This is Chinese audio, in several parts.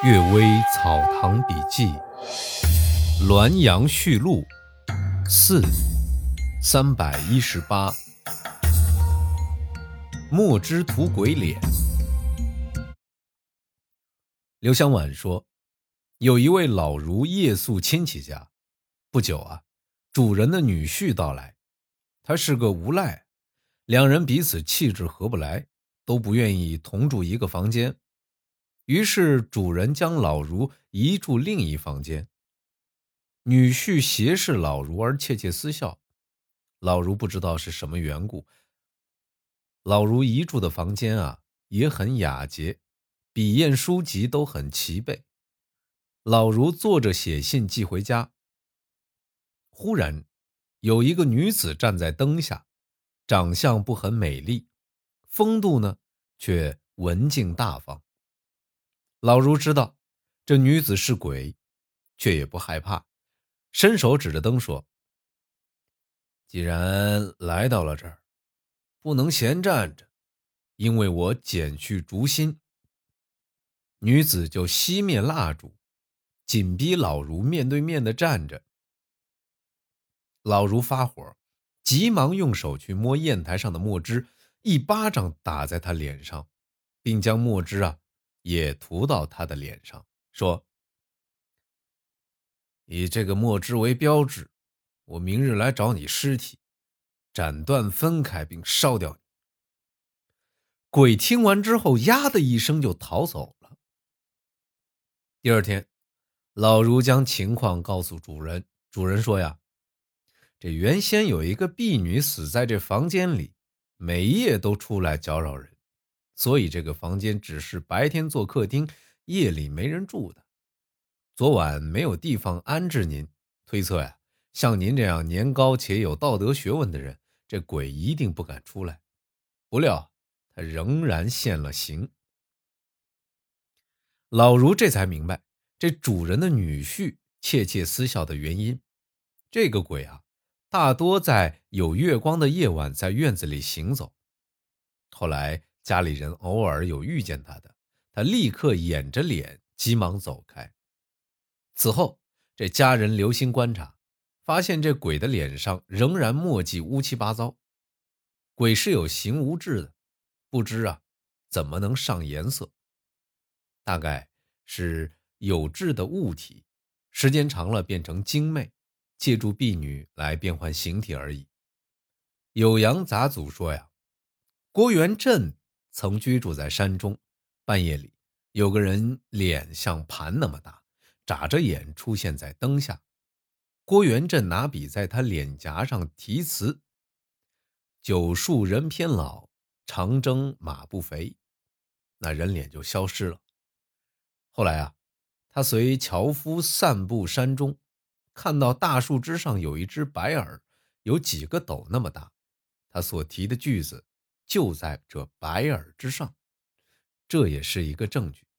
《岳微草堂笔记》滦阳序录四318墨汁涂鬼脸。刘香婉说，有一位老儒夜宿亲戚家，不久主人的女婿到来，他是个无赖，两人彼此气质合不来，都不愿意同住一个房间。于是主人将老儒移住另一房间，女婿斜视老儒而窃窃私笑，老儒不知道是什么缘故。老儒移住的房间也很雅洁，笔砚书籍都很齐备。老儒坐着写信寄回家，忽然有一个女子站在灯下，长相不很美丽，风度呢却文静大方。老儒知道这女子是鬼，却也不害怕，伸手指着灯说，既然来到了这儿，不能闲站着，因为我减去烛心。女子就熄灭蜡烛，紧逼老儒面对面的站着。老儒发火，急忙用手去摸砚台上的墨汁，一巴掌打在他脸上，并将墨汁也涂到他的脸上，说，以这个墨汁为标志，我明日来找你尸体，斩断分开并烧掉你。鬼听完之后，呀的一声就逃走了。第二天，老儒将情况告诉主人，主人说这原先有一个婢女死在这房间里，每夜都出来搅扰人，所以这个房间只是白天做客厅，夜里没人住的。昨晚没有地方安置您，推测像您这样年高且有道德学问的人，这鬼一定不敢出来。不料他仍然现了形。老儒这才明白这主人的女婿窃窃私笑的原因。这个鬼大多在有月光的夜晚在院子里行走。后来家里人偶尔有遇见他的，他立刻掩着脸急忙走开。此后这家人留心观察，发现这鬼的脸上仍然墨迹乌七八糟。鬼是有形无质的，不知怎么能上颜色，大概是有质的物体，时间长了变成精魅，借助婢女来变换形体而已。酉阳杂祖说郭元振曾居住在山中，半夜里有个人脸像盘那么大，眨着眼出现在灯下。郭元振拿笔在他脸颊上题词，酒树人偏老，长征马不肥，那人脸就消失了。后来他随樵夫散步山中，看到大树枝上有一只白耳，有几个斗那么大，他所题的句子就在这白耳之上，这也是一个证据。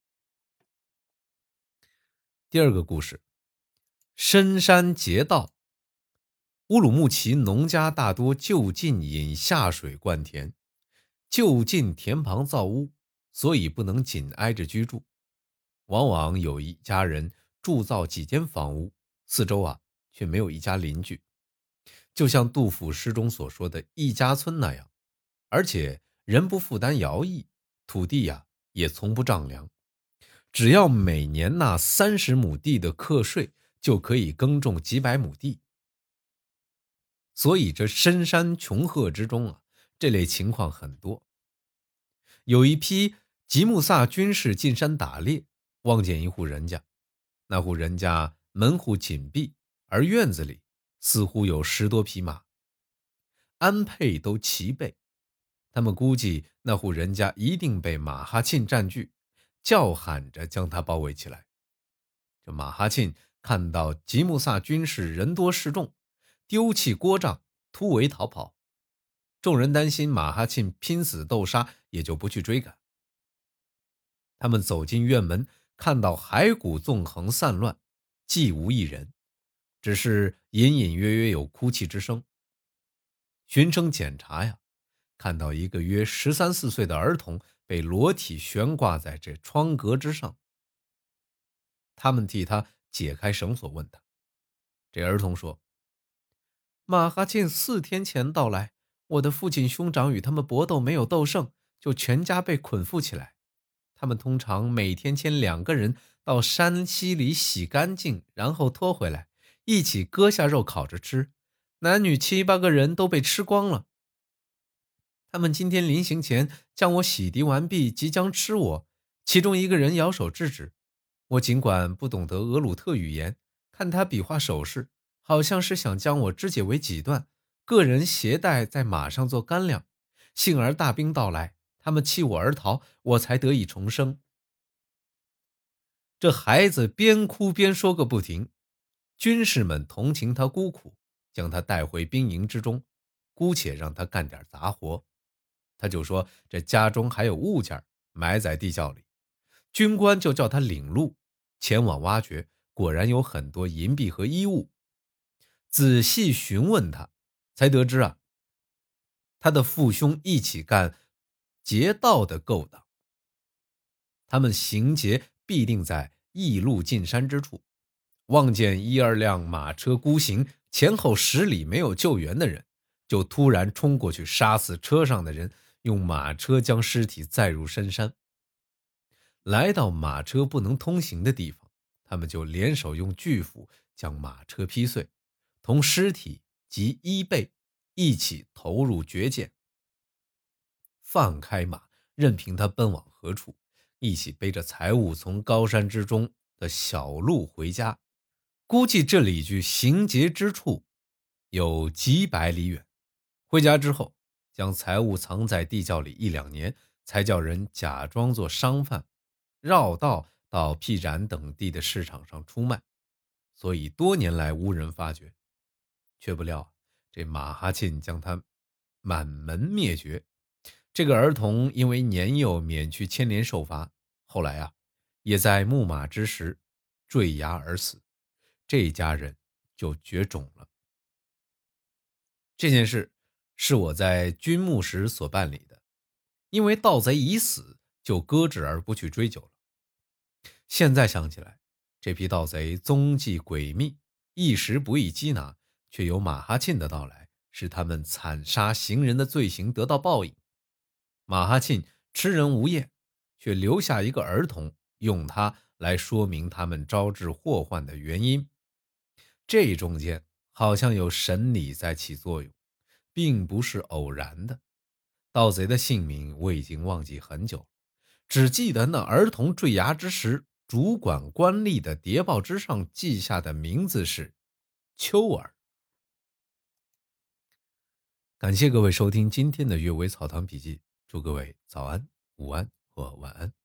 第二个故事，深山劫盗。乌鲁木齐农家大多就近引下水灌田，就近田旁造屋，所以不能紧挨着居住。往往有一家人铸造几间房屋，四周却没有一家邻居，就像杜甫诗中所说的一家村那样。而且人不负担徭役，土地也从不丈量，只要每年纳30亩地的课税，就可以耕种几百亩地。所以这深山穷壑之中这类情况很多。有一批吉木萨军士进山打猎，望见一户人家，那户人家门户紧闭，而院子里似乎有10多匹马，鞍辔都齐备。他们估计那户人家一定被马哈沁占据，叫喊着将他包围起来。这马哈沁看到吉木萨军士人多势众，丢弃锅杖突围逃跑，众人担心马哈沁拼死斗杀，也就不去追赶。他们走进院门，看到骸骨纵横散乱，既无一人，只是隐隐约约有哭泣之声。循声检查看到一个约13、14岁的儿童被裸体悬挂在这窗格之上。 他们替他解开绳索，问他。这儿童说：马哈沁4天前到来，我的父亲兄长与他们搏斗没有斗胜，就全家被捆缚起来。他们通常每天牵2个人到山溪里洗干净，然后拖回来，一起割下肉烤着吃。男女7、8个人都被吃光了。他们今天临行前将我洗涤完毕，即将吃我。其中一个人摇手制止。我尽管不懂得俄鲁特语言，看他比划手势，好像是想将我肢解为几段，个人携带在马上做干粮。幸而大兵到来，他们弃我而逃，我才得以重生。这孩子边哭边说个不停。军士们同情他孤苦，将他带回兵营之中，姑且让他干点杂活。他就说这家中还有物件埋在地窖里，军官就叫他领路前往挖掘，果然有很多银币和衣物。仔细询问他，才得知他的父兄一起干劫道的勾当，他们行劫必定在驿路进山之处，望见1、2辆马车孤行，前后10里没有救援的人，就突然冲过去杀死车上的人，用马车将尸体载入深山。来到马车不能通行的地方，他们就联手用巨斧将马车劈碎，同尸体及衣被一起投入绝涧，放开马，任凭他奔往何处，一起背着财物从高山之中的小路回家。估计这里距行劫之处有几百里远。回家之后，将财物藏在地窖里1、2年，才叫人假装作商贩，绕道到僻壤等地的市场上出卖，所以多年来无人发觉。却不料这马哈沁将他满门灭绝。这个儿童因为年幼免去牵连受罚，后来也在牧马之时坠崖而死，这一家人就绝种了。这件事是我在军牧时所办理的，因为盗贼已死，就搁置而不去追究了。现在想起来，这批盗贼踪迹诡秘，一时不易缉拿，却有马哈沁的到来，使他们惨杀行人的罪行得到报应。马哈沁吃人无厌，却留下一个儿童，用他来说明他们招致祸患的原因。这中间好像有神理在起作用，并不是偶然的。盗贼的姓名我已经忘记很久，只记得那儿童坠崖之时，主管官吏的牒报之上记下的名字是秋儿。感谢各位收听今天的阅微草堂笔记，祝各位早安、午安或晚安。